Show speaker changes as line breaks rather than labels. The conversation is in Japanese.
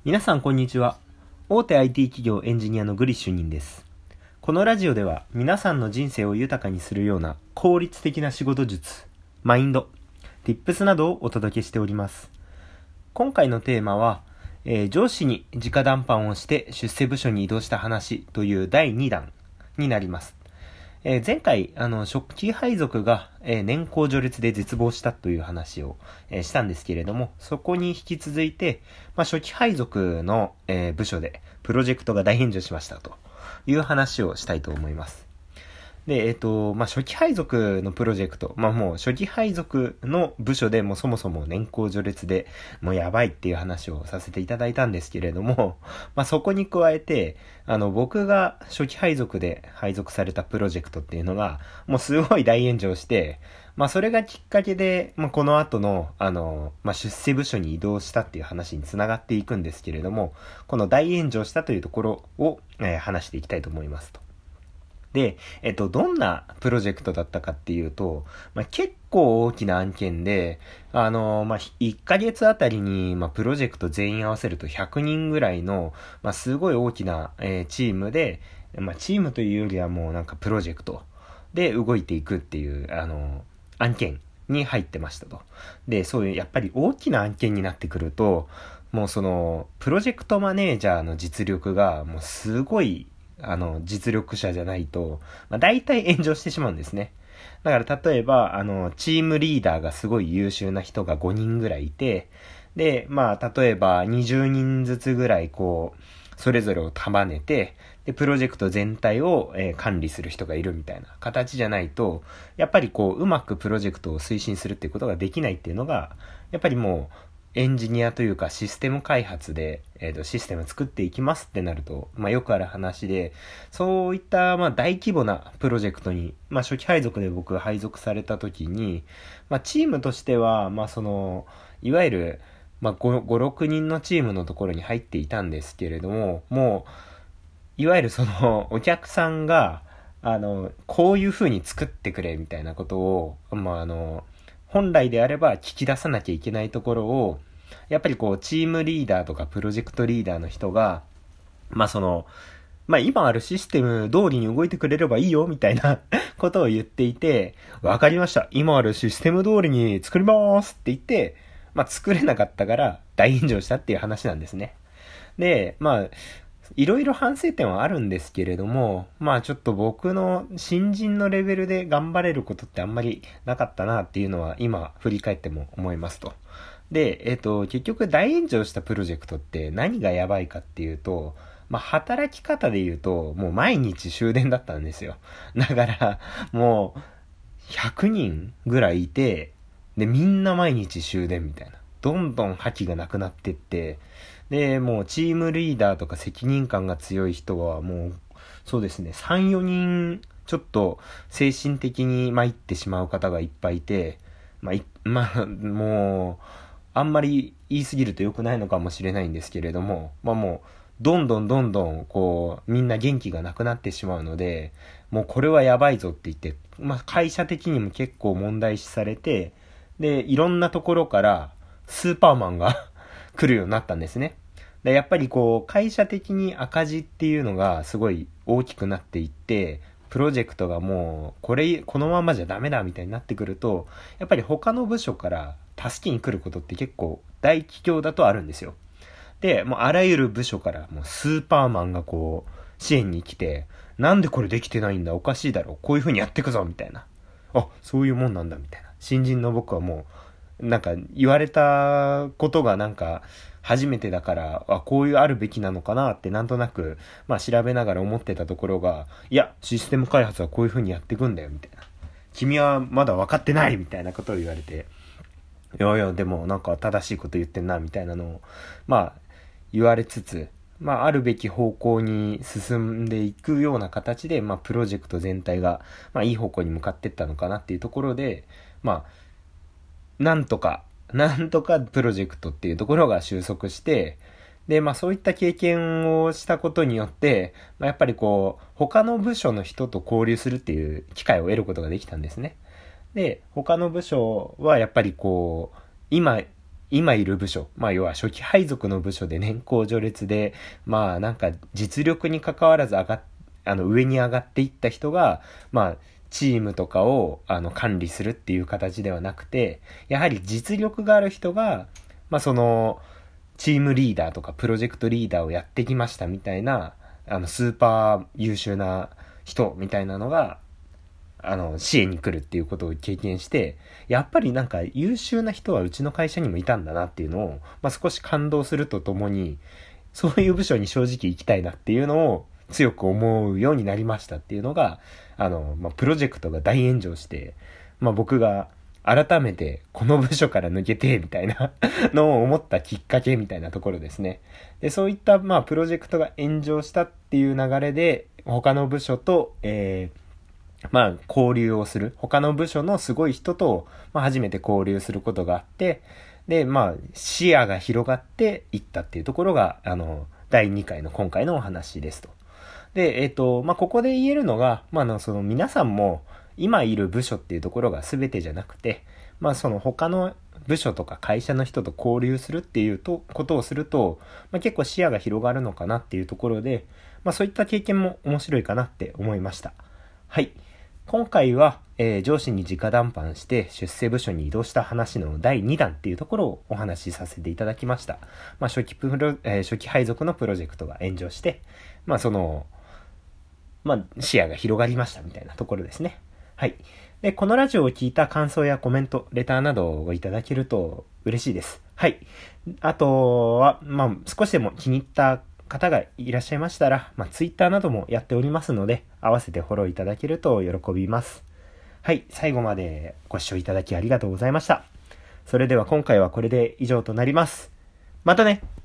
皆さんこんにちは。大手 IT 企業エンジニアのグリッシュニンです。このラジオでは皆さんの人生を豊かにするような効率的な仕事術、マインド、Tips などをお届けしております。今回のテーマは、上司に直談判をして出世部署に移動した話という第2弾になります。前回、初期配属が、年功序列で絶望したという話を、したんですけれども、そこに引き続いて、初期配属の、部署でプロジェクトが大炎上しましたという話をしたいと思います。で、初期配属のプロジェクト、もう初期配属の部署でもうそもそも年功序列でもうやばいっていう話をさせていただいたんですけれども、そこに加えて、僕が初期配属で配属されたプロジェクトっていうのが、もうすごい大炎上して、それがきっかけで、この後の、出世部署に移動したっていう話につながっていくんですけれども、この大炎上したというところを、話していきたいと思いますと。で、どんなプロジェクトだったかっていうと、結構大きな案件で、1ヶ月あたりに、プロジェクト全員合わせると100人ぐらいの、すごい大きな、チームで、チームというよりはもうなんかプロジェクトで動いていくっていう、案件に入ってましたと。で、そういう、やっぱり大きな案件になってくると、もうその、プロジェクトマネージャーの実力が、もうすごい、実力者じゃないと、大体炎上してしまうんですね。だから例えば、チームリーダーがすごい優秀な人が5人ぐらいいて、で、例えば20人ずつぐらいそれぞれを束ねて、で、プロジェクト全体を、管理する人がいるみたいな形じゃないと、やっぱりうまくプロジェクトを推進するっていうことができないっていうのが、やっぱりもう、エンジニアというかシステム開発で、システム作っていきますってなると、よくある話で、そういった、大規模なプロジェクトに、初期配属で僕が配属された時に、チームとしては、いわゆる、5、6人のチームのところに入っていたんですけれども、もう、いわゆるその、お客さんが、こういう風に作ってくれみたいなことを、本来であれば聞き出さなきゃいけないところを、やっぱりチームリーダーとかプロジェクトリーダーの人が、今あるシステム通りに動いてくれればいいよみたいなことを言っていて、わかりました。今あるシステム通りに作りますって言って、作れなかったから大炎上したっていう話なんですね。で、いろいろ反省点はあるんですけれども、ちょっと僕の新人のレベルで頑張れることってあんまりなかったなっていうのは今振り返っても思いますと。で、結局大炎上したプロジェクトって何がやばいかっていうと、働き方で言うと、もう毎日終電だったんですよ。だから、もう、100人ぐらいいて、で、みんな毎日終電みたいな。どんどん覇気がなくなってって、で、もうチームリーダーとか責任感が強い人はもう、そうですね、3、4人、ちょっと精神的に参ってしまう方がいっぱいいて、もう、あんまり言い過ぎると良くないのかもしれないんですけれども、もう、どんどんどんどん、みんな元気がなくなってしまうので、もうこれはやばいぞって言って、会社的にも結構問題視されて、で、いろんなところからスーパーマンが来るようになったんですね。で、やっぱり会社的に赤字っていうのがすごい大きくなっていって、プロジェクトがもう、このままじゃダメだみたいになってくると、やっぱり他の部署から助けに来ることって結構大企業だとあるんですよ。で、もうあらゆる部署からもうスーパーマンが支援に来て、なんでこれできてないんだおかしいだろこういう風にやってくぞみたいな。あ、そういうもんなんだみたいな。新人の僕はもう、なんか言われたことがなんか初めてだから、こういうあるべきなのかなってなんとなく、調べながら思ってたところが、いや、システム開発はこういう風にやっていくんだよみたいな。君はまだ分かってないみたいなことを言われて、いやいや、でもなんか正しいこと言ってんなみたいなのを、言われつつ、あるべき方向に進んでいくような形で、プロジェクト全体が、いい方向に向かっていったのかなっていうところで、なんとかプロジェクトっていうところが収束して、で、そういった経験をしたことによって、やっぱり他の部署の人と交流するっていう機会を得ることができたんですね。で、他の部署はやっぱり今今いる部署、要は初期配属の部署で年功序列で、なんか実力に関わらず上に上がっていった人が、チームとかを管理するっていう形ではなくて、やはり実力がある人が、そのチームリーダーとかプロジェクトリーダーをやってきましたみたいな、スーパー優秀な人みたいなのが支援に来るっていうことを経験して、やっぱりなんか優秀な人はうちの会社にもいたんだなっていうのを、少し感動するとともに、そういう部署に正直行きたいなっていうのを強く思うようになりましたっていうのが、プロジェクトが大炎上して、僕が改めてこの部署から抜けてみたいなのを思ったきっかけみたいなところですね。で、そういったプロジェクトが炎上したっていう流れで、他の部署と、交流をする。他の部署のすごい人と、初めて交流することがあって、で、視野が広がっていったっていうところが、第2回の今回のお話ですと。で、ここで言えるのが、その皆さんも、今いる部署っていうところが全てじゃなくて、その他の部署とか会社の人と交流するっていうことをすると、結構視野が広がるのかなっていうところで、そういった経験も面白いかなって思いました。はい。今回は、上司に直談判して出世部署に移動した話の第2弾っていうところをお話しさせていただきました。初期配属のプロジェクトが炎上して、視野が広がりましたみたいなところですね。はい。で、このラジオを聞いた感想やコメント、レターなどをいただけると嬉しいです。はい。あとは、少しでも気に入った方がいらっしゃいましたら、ツイッターなどもやっておりますので、合わせてフォローいただけると喜びます。はい。最後までご視聴いただきありがとうございました。それでは今回はこれで以上となります。またね。